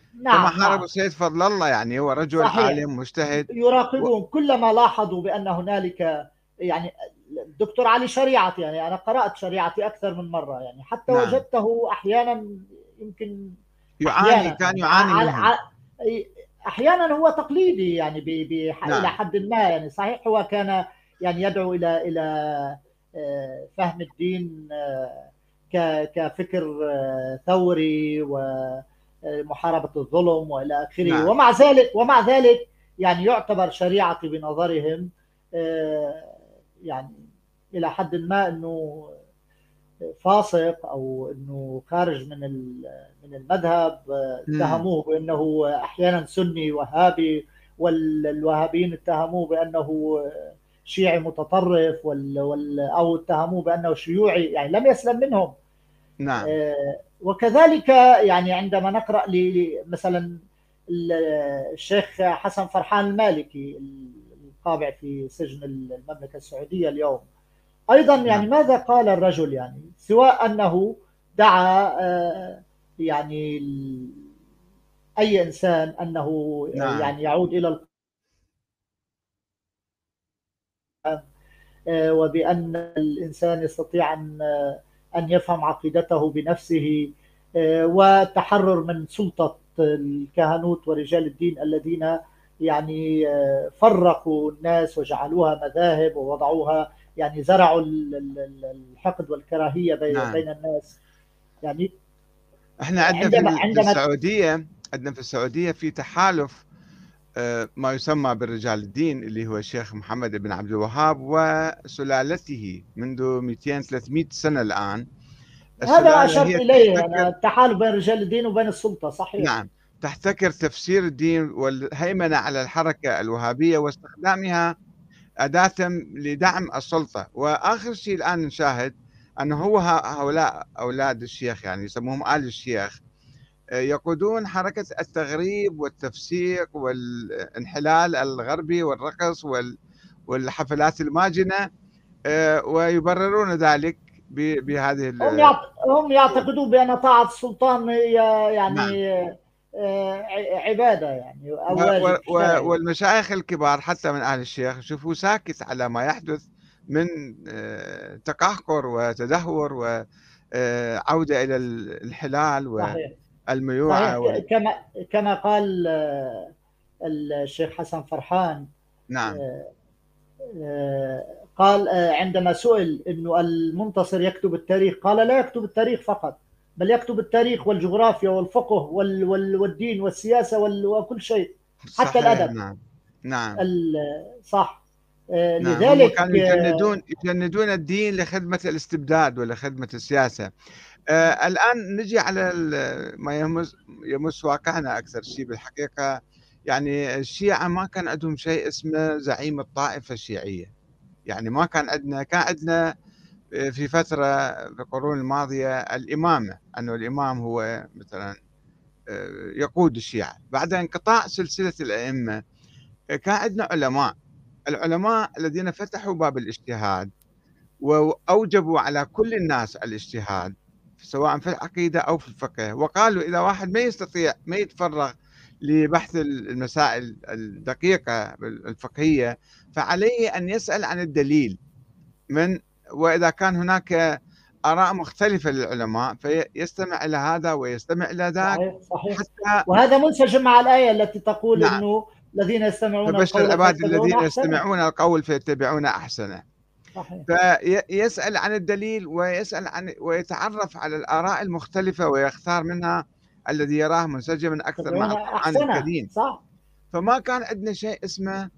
كما نعم، حاربوا نعم، السيد فضل الله، يعني هو رجل صحيح. عالم مجتهد. و... يراقبون كلما لاحظوا بأن هنالك، يعني الدكتور علي شريعتي، يعني أنا قرأت شريعتي أكثر من مرة، يعني حتى نعم، وجدته أحيانا، يمكن يعاني، أحيانا كان يعني يعاني ع- منهم. ع- أحيانا هو تقليدي، يعني ب- ب- إلى نعم، حد ما، يعني صحيح هو كان يعني يدعو إلى إلى آه، فهم الدين آه، ك- كفكر آه، ثوري ومحاربة الظلم وإلى آخره، نعم، ومع ذلك ومع ذلك يعني يعتبر شريعتي بنظرهم آه، يعني إلى حد ما أنه فاسق، او انه خارج من من المذهب. امم، اتهموه بانه احيانا سني وهابي، والوهابيين اتهموه بانه شيعي متطرف، وال وال او اتهموه بانه شيوعي، يعني لم يسلم منهم. نعم، وكذلك يعني عندما نقرا مثلا الشيخ حسن فرحان المالكي القابع في سجن المملكه السعوديه اليوم، أيضا يعني نعم، ماذا قال الرجل؟ يعني سواء أنه دعا آه، يعني أي إنسان أنه آه، نعم، يعني يعود إلى القرآن، آه، وبأن الإنسان يستطيع أن آه، أن يفهم عقيدته بنفسه، آه، والتحرر من سلطة الكهنوت ورجال الدين الذين يعني آه، فرقوا الناس وجعلوها مذاهب ووضعوها، يعني زرعوا الحقد والكراهية نعم. بين الناس. يعني احنا عندنا في عندما ال- في عندما السعودية، عندنا في السعودية في تحالف، آه، ما يسمى برجال الدين، اللي هو الشيخ محمد بن عبد الوهاب وسلالته منذ مئتين ثلاثمئة سنة الآن. هذا السلالة أشرت هي إليه أنا، تحتكر، التحالف بين رجال الدين وبين السلطة، صحيح. نعم، تحتكر تفسير الدين والهيمنة على الحركة الوهابية واستخدامها أداة لدعم السلطة. وآخر شيء الآن نشاهد أنه هو هؤلاء أولاد الشيخ، يعني يسموهم آل الشيخ، يقودون حركة التغريب والتفسيق والانحلال الغربي والرقص وال- والحفلات الماجنة، آه، ويبررون ذلك ب- بهذه هم ال- يعت... هم يعتقدون بأن طاعة السلطان هي نعم. يعني آه، عبادة، يعني أو و- واجب و- و- شرعي. والمشايخ الكبار حتى من أهل الشيخ شوفوا ساكت على ما يحدث من آه، تقهقر وتدهور وعودة إلى الانحلال صحيح، والميوعة صحيح. وال... كما كما قال آه، الشيخ حسن فرحان، نعم، آه، آه، قال آه، عندما سئل أنه المنتصر يكتب التاريخ، قال لا يكتب التاريخ فقط، بل يكتب التاريخ والجغرافيا والفقه وال- وال- والدين والسياسة وال- وكل شيء، حتى صحيح، الأدب. نعم، نعم، ال- صح. آه، نعم. هم لذلك كانوا آه، يجندون يجندون الدين لخدمة الاستبداد ولخدمة السياسة. آه الآن نجي على ال- ما يمس يمس واقعنا أكثر شيء بالحقيقة. يعني الشيعة ما كان عندهم شيء اسمه زعيم الطائفة الشيعية. يعني ما كان عندنا، كان عندنا آه، في فترة في القرون الماضية الإمامة، أنه الإمام هو مثلا آه، يقود الشيعة. بعد انقطاع سلسلة الأئمة آه، كان عندنا علماء، العلماء الذين فتحوا باب الاجتهاد وأوجبوا على كل الناس الاجتهاد، سواء في العقيدة أو في الفقه. وقالوا إذا واحد ما يستطيع، ما يتفرغ لبحث المسائل الدقيقة الفقهية، فعليه أن يسأل عن الدليل من، وإذا كان هناك آراء مختلفة للعلماء فيستمع إلى هذا ويستمع إلى ذاك صحيح، صحيح. حتى، وهذا منسجم مع الآية التي تقول نعم، أنه الذين يستمعون فبشر القول العباد فيتبعون الذين أحسنه. يستمعون القول فيتبعون أحسنه. صحيح. فيسأل عن الدليل ويسأل عن ويتعرف على الآراء المختلفة ويختار منها الذي يراه منسجما أكثر مع يتبعون القرآن أحسنه، الكريم. صح. فما كان عندنا شيء اسمه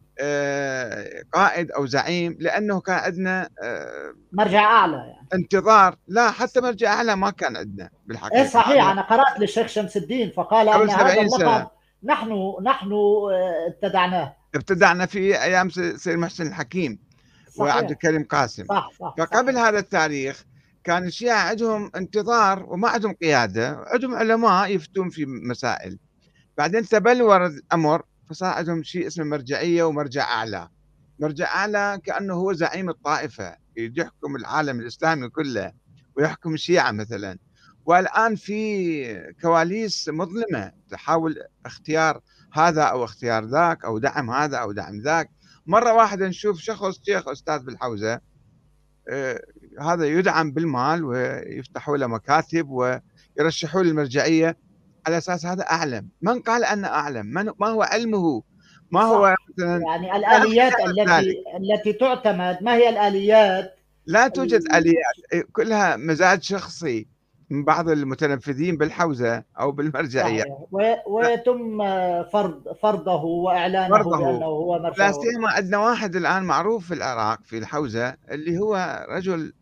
آه، قائد أو زعيم، لأنه كان عندنا آه، مرجع أعلى يعني. انتظار. لا، حتى مرجع أعلى ما كان عندنا إيه بالحقيقة. صحيح، هذا أنا قرأت للشيخ شمس الدين فقال أن قبل هذا سبعين اللقب سنة نحن نحن آه، ابتدعناه. ابتدعنا في أيام سيد محسن الحكيم وعبد صحيح. الكريم قاسم. صح، صح، فقبل صحيح. هذا التاريخ كان الشيعة عندهم انتظار وما عندهم قيادة، عندهم علماء يفتون في مسائل. بعدين تبلور الأمر فصار عندهم شيء اسمه مرجعية ومرجع أعلى. مرجع أعلى كأنه هو زعيم الطائفة يحكم العالم الإسلامي كله ويحكم الشيعة مثلا، والآن في كواليس مظلمة تحاول اختيار هذا أو اختيار ذاك أو دعم هذا أو دعم ذاك. مرة واحدة نشوف شخص شيخ أستاذ بالحوزة، آه، هذا يدعم بالمال ويفتحوا له مكاتب ويرشحوا له المرجعية على أساس هذا أعلم. من قال أنه أعلم؟ من ما هو علمه؟ ما هو صح. مثلا يعني لا الآليات يعرف ذلك. التي التي تعتمد، ما هي الآليات؟ لا توجد ال- آليات، كلها مزاج شخصي من بعض المتنفذين بالحوزة أو بالمرجعية. صحيح، و- ويتم فرض فرضه وإعلانه بأنه فرضه. هو لا مرجع. سيما عندنا واحد الآن معروف في العراق في الحوزة، اللي هو رجل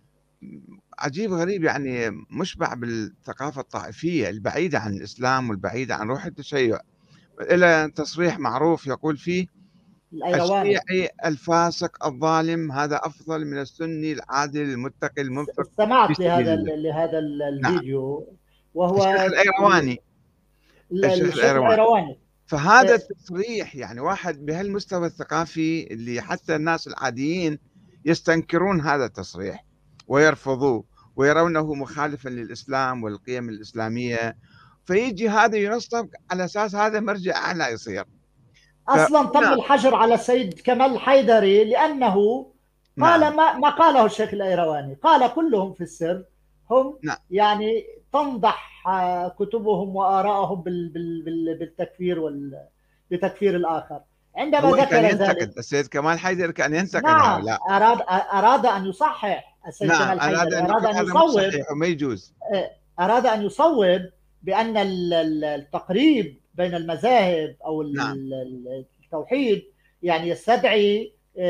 عجيب غريب، يعني مشبع بالثقافة الطائفية البعيدة عن الإسلام والبعيدة عن روح التشيع. إلى تصريح معروف يقول فيه: الأيرواني. الشيعي الفاسق الظالم هذا أفضل من السني العادل المتقي المنفق في استمعت سبيل لهذا الله. ال- لهذا ال- نعم، الفيديو، الشيخ وهو الأيرواني. ال- الشيخ الشيخ الأيرواني. الأيرواني. فهذا التصريح يعني واحد بهالمستوى الثقافي اللي حتى الناس العاديين يستنكرون هذا التصريح ويرفضوه ويرونه مخالفا للإسلام والقيم الإسلامية، فيجي هذا ينصب على أساس هذا مرجع أعلى يصير. أصلا تم فهنا الحجر على السيد كمال الحيدري لأنه نعم قال ما, ما قاله الشيخ الأيرواني، قال كلهم في السر هم نعم يعني تنضح آه، كتبهم وآرائهم بال بال بال بالتكفير وال بتكفير الآخر. عندما هو كان ذكر ذلك، ينتقد السيد كمال حيدر، كان ينتقد نعم، هؤلاء. أراد أراد أن يصحح السيد نعم، كمال أراد الحيدري، أن أراد يقول أن هذا مو يصوب صحيح وما يجوز. أراد أن يصوب بأن ال- ال- التقريب بين المذاهب أو نعم، ال- ال- التوحيد يعني يستدعي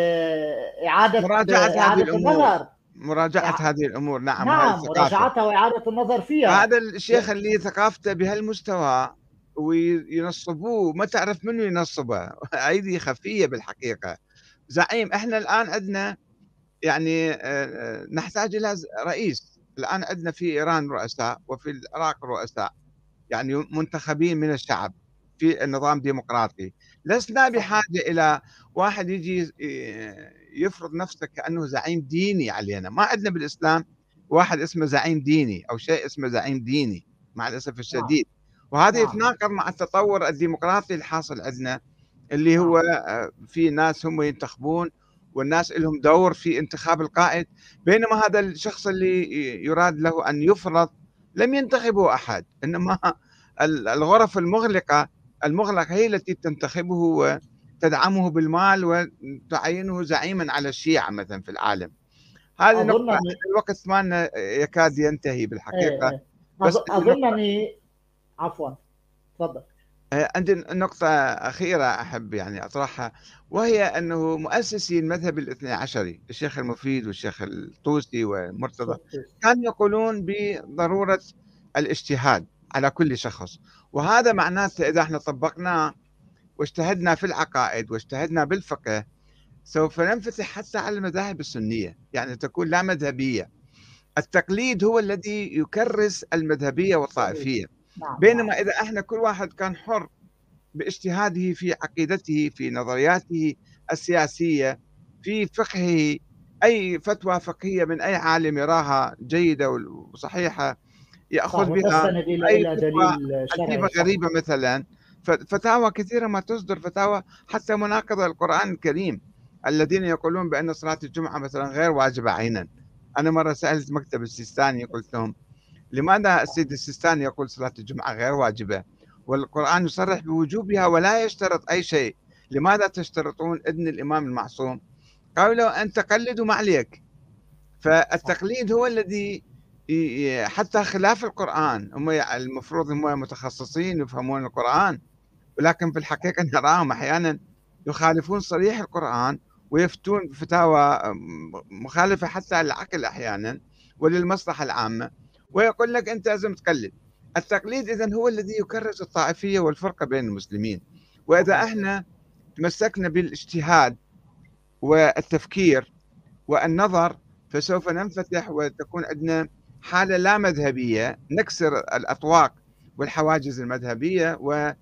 آه، إعادة مراجعة هذه إعادة الأمور، النظر. مراجعة إع- هذه الأمور، نعم، وهي نعم، الثقافة. مراجعتها وإعادة النظر فيها. هذا الشيخ اللي ثقافته بهالمستوى وينصبوه، ما تعرف منو ينصبه أيدي خفية بالحقيقة. زعيم، احنا الآن عندنا يعني آه، آه، نحتاج إلى ز- رئيس. الآن عندنا في إيران رؤساء وفي العراق رؤساء، يعني منتخبين من الشعب في النظام ديمقراطي. لسنا صحيح. بحاجة إلى واحد يجي يفرض نفسه كأنه زعيم ديني علينا. ما عندنا بالإسلام واحد اسمه زعيم ديني أو شيء اسمه زعيم ديني، مع الأسف نعم. الشديد. وهذا نعم. يتناقض مع التطور الديمقراطي الحاصل عندنا، اللي هو نعم. آه، في ناس هم ينتخبون والناس لهم دور في انتخاب القائد، بينما هذا الشخص اللي يراد له أن يفرض لم ينتخبه أحد، إنما الغرف المغلقة المغلقة هي التي تنتخبه وتدعمه بالمال وتعينه زعيما على الشيعة مثلا في العالم. هذه نقطة. أظنني الوقت مالنا يكاد ينتهي إيه بالحقيقة. إيه. بس أظ- النقطة، أظنني عفوا، تفضل. عندي نقطة أخيرة أحب يعني أطرحها، وهي أنه مؤسسي المذهب الاثني عشري الشيخ المفيد والشيخ الطوسي والمرتضى شكراً. كانوا يقولون بضرورة الاجتهاد على كل شخص. وهذا معناته إذا احنا طبقناه واجتهدنا في العقائد واجتهدنا بالفقه سوف ننفتح حتى على المذاهب السنية، يعني تكون لا مذهبية. التقليد هو الذي يكرس المذهبية صحيح. والطائفية، نعم. نعم. بينما إذا احنا كل واحد كان حر باجتهاده في عقيدته في نظرياته السياسية في فقهه، أي فتوى فقهية من أي عالم يراها جيدة وصحيحة يأخذ صح، بها. وتستند إلى أي إلى فتوى دليل عجيبة شرعي. صحيح. غريبة مثلا، فتاوى كثيرة ما تصدر، فتاوى حتى مناقضة القرآن الكريم. الذين يقولون بأن صلاة الجمعة مثلا غير واجبة عينا. أنا مرة سألت مكتب السيستاني قلت لهم: لماذا السيد السيستاني يقول صلاة الجمعة غير واجبة والقرآن يصرح بوجوبها ولا يشترط أي شيء؟ لماذا تشترطون إذن الإمام المعصوم؟ قالوا له: أن تقلد وما عليك. صح. فالتقليد هو الذي ي- حتى خلاف القرآن. هم المفروض هم متخصصين يفهمون القرآن، ولكن في الحقيقة نراهم أحيانا يخالفون صريح القرآن ويفتون بفتاوى مخالفة حتى للعقل أحيانا وللمصلحة العامة، ويقول لك أنت لازم تقلد. التقليد إذن هو الذي يكرس الطائفية والفرقة بين المسلمين. وإذا صحيح. احنا تمسكنا بالاجتهاد والتفكير والنظر فسوف ننفتح وتكون عندنا حالة لا مذهبية، نكسر الأطواق والحواجز المذهبية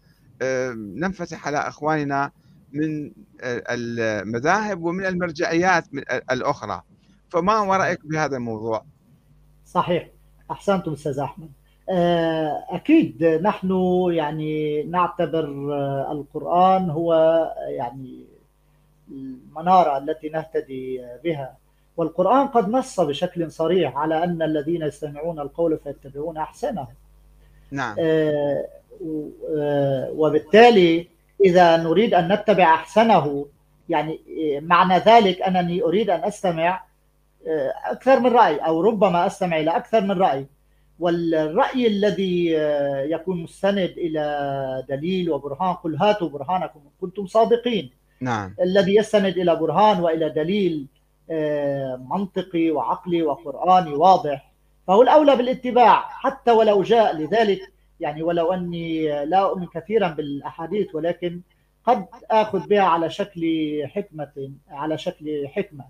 وننفتح على أخواننا من المذاهب ومن المرجعيات الأخرى. فما هو صحيح. رأيك بهذا الموضوع؟ صحيح. أحسنتم أستاذ أحمد. آه، أكيد نحن يعني نعتبر آه، القرآن هو يعني المنارة التي نهتدي بها، والقرآن قد نص بشكل صريح على أن الذين يستمعون القول فيتبعون أحسنه. نعم. آه، و- آه، وبالتالي إذا نريد أن نتبع أحسنه، يعني آه، معنى ذلك أنني أريد أن أستمع آه، أكثر من رأي، أو ربما أستمع إلى أكثر من رأي، والرأي الذي آه، يكون مستند إلى دليل وبرهان، قل هاتوا برهانكم إن كنتم صادقين، نعم. الذي يستند إلى برهان وإلى دليل آه، منطقي وعقلي وقرآني واضح، فهو الأولى بالاتباع حتى ولو جاء. لذلك يعني ولو أني لا أؤمن كثيرا بالأحاديث، ولكن قد آخذ بها على شكل حكمة، على شكل حكمة.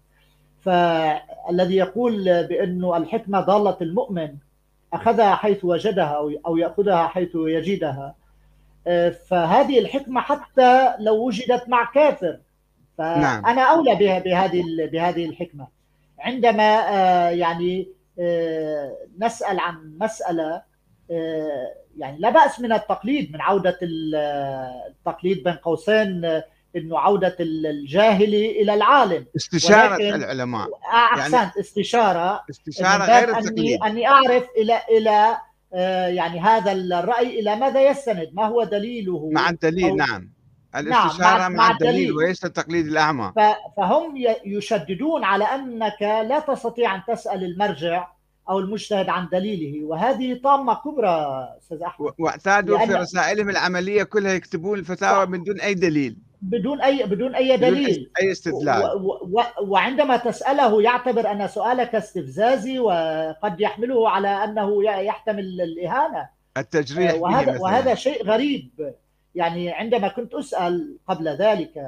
فالذي يقول بأن الحكمة ضالة المؤمن أخذها حيث وجدها أو يأخذها حيث يجدها، فهذه الحكمة حتى لو وجدت مع كافر نعم. فأنا أولى بها بهذه بهذه الحكمة. عندما يعني نسأل عن مسألة، يعني لا بأس من التقليد، من عودة التقليد بين قوسين، انه عودة الجاهل الى العالم، استشارة ولكن العلماء، يعني احسنت استشارة، من استشارة باب غير اني التقليد. اني اعرف الى الى آه، يعني هذا الرأي الى ماذا يستند، ما هو دليله، مع الدليل. او نعم. نعم مع الاستشارة مع مع الدليل الدليل. وليس التقليد الأعمى. فهم يشددون على أنك لا تستطيع أن تسأل المرجع أو المجتهد عن دليله، وهذه طامة كبرى أستاذ أحمد. واعتادوا في لأن رسائلهم العملية كلها يكتبون الفتاوى صح، من دون أي دليل، بدون أي بدون أي بدون دليل، أي و استدلال. و وعندما تسأله يعتبر أن سؤالك استفزازي، وقد يحمله على أنه يحتمل الإهانة. التجريح به وهذا مثلا. وهذا شيء غريب. يعني عندما كنت أسأل قبل ذلك،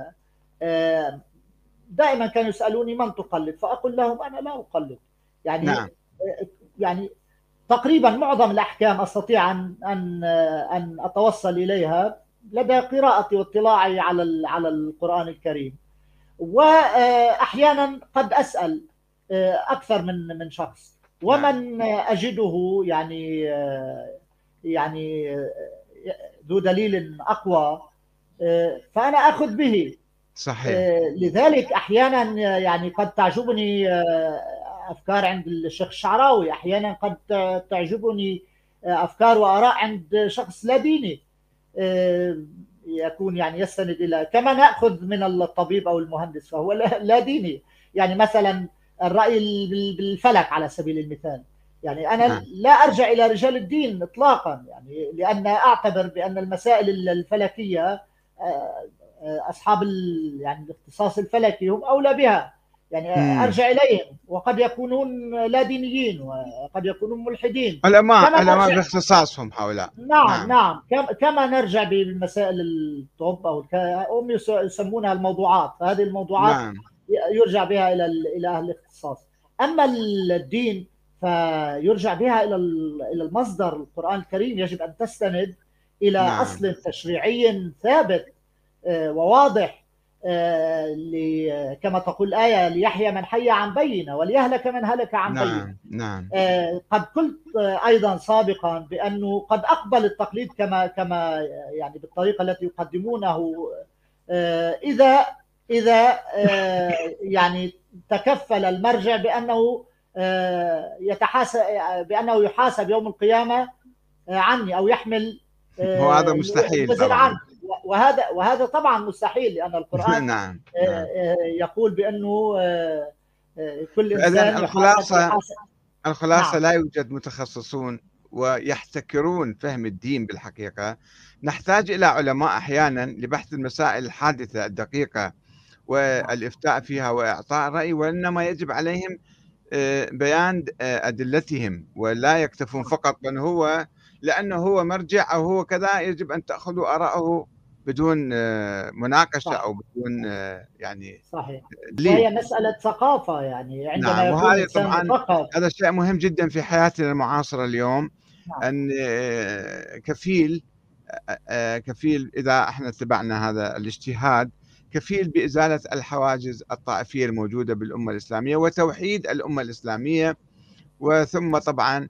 دائما كانوا يسألوني من تقلد، فأقول لهم أنا لا أقلد. يعني نعم. يعني تقريبا معظم الأحكام أستطيع أن أن أن أتوصل إليها لدى قراءتي واطلاعي على على القرآن الكريم، وأحيانا قد أسأل أكثر من من شخص، ومن أجده يعني يعني ذو دليل أقوى فأنا أخذ به. صحيح. لذلك أحيانا يعني قد تعجبني أفكار عند الشيخ الشعراوي، أحيانا قد تعجبني أفكار وآراء عند شخص لا ديني يكون يعني يستند إلى، كما نأخذ من الطبيب أو المهندس فهو لا ديني. يعني مثلا الرأي بالفلك على سبيل المثال، يعني أنا نعم. لا أرجع إلى رجال الدين إطلاقا، يعني لأن أعتبر بأن المسائل الفلكية أصحاب يعني الاختصاص الفلكي هم أولى بها، يعني مم. أرجع إليهم، وقد يكونون لا دينيين وقد يكونون ملحدين، علماء كما علماء نرجع. باختصاصهم هؤلاء. نعم نعم. نعم كما نرجع بالمسائل الطب أو هم يسمونها الموضوعات، فهذه الموضوعات نعم. يرجع بها إلى إلى أهل الاختصاص. أما الدين فيرجع بها إلى إلى المصدر القرآن الكريم، يجب أن تستند إلى نعم. أصل تشريعي ثابت وواضح، كما تقول الآية ليحيى من حي عن بينة وليهلك من هلك عن نعم. بينة. نعم. قد قلت أيضا سابقا بأنه قد أقبل التقليد كما كما يعني بالطريقة التي يقدمونه إذا إذا يعني تكفل المرجع بأنه يتحاسب بأنه يحاسب يوم القيامة عني أو يحمل هو هذا مستحيل الوزر طبعا. عنه، وهذا وهذا طبعا مستحيل، لأن القرآن نعم. نعم. يقول بأنه كل إذن إنسان الخلاصة يحاسب. الخلاصة نعم. لا يوجد متخصصون ويحتكرون فهم الدين بالحقيقة. نحتاج إلى علماء أحيانا لبحث المسائل الحادثة الدقيقة والإفتاء فيها وإعطاء رأي، وإنما يجب عليهم بيان أدلتهم، ولا يكتفون فقط بأنه هو لأنه هو مرجع أو هو كذا يجب أن تأخذوا آراءه بدون مناقشة صح. أو بدون يعني صحيح. دليل. وهي مسألة ثقافة، يعني عندما نعم. يكون وهذا إنسان طبعا مثقف. هذا شيء مهم جدا في حياتنا المعاصرة اليوم، نعم. أن كفيل كفيل إذا احنا اتبعنا هذا الاجتهاد كفيل بإزالة الحواجز الطائفية الموجودة بالأمة الإسلامية وتوحيد الأمة الإسلامية، وثم طبعا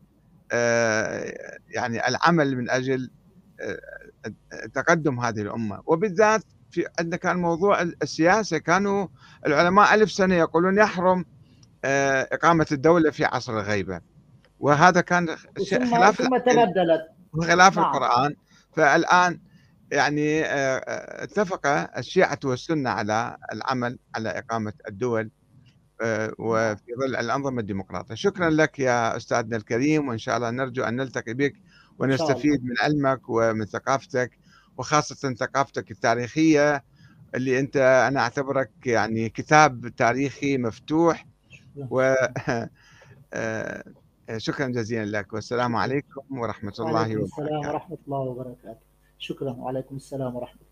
آآ يعني العمل من أجل آآ تقدُّم هذه الأمة، وبالذات في عندنا كان موضوع ال السياسة، كانوا العلماء ألف سنة يقولون يحرم آآ إقامة الدولة في عصر الغيبة، وهذا كان شيء ثم خلاف ثم ال تبدلت. خلاف نعم. القرآن. فالآن يعني آآ اتفق الشيعة والسنة على العمل على إقامة الدول آآ نعم. وفي ظل الأنظمة الديمقراطية. شكرًا لك يا أستاذنا الكريم، وإن شاء الله نرجو أن نلتقي بك إن شاء الله. ونستفيد من علمك ومن ثقافتك، وخاصةً ثقافتك التاريخية اللي أنت أنا أعتبرك يعني كتاب تاريخي مفتوح. شكرا. و شكرا. آآ شكرًا جزيلًا لك، والسلام شكرا. عليكم ورحمة الله وعليكم السلام وبركاته. ورحمة الله وبركاته. شكرا، وعليكم السلام ورحمة الله.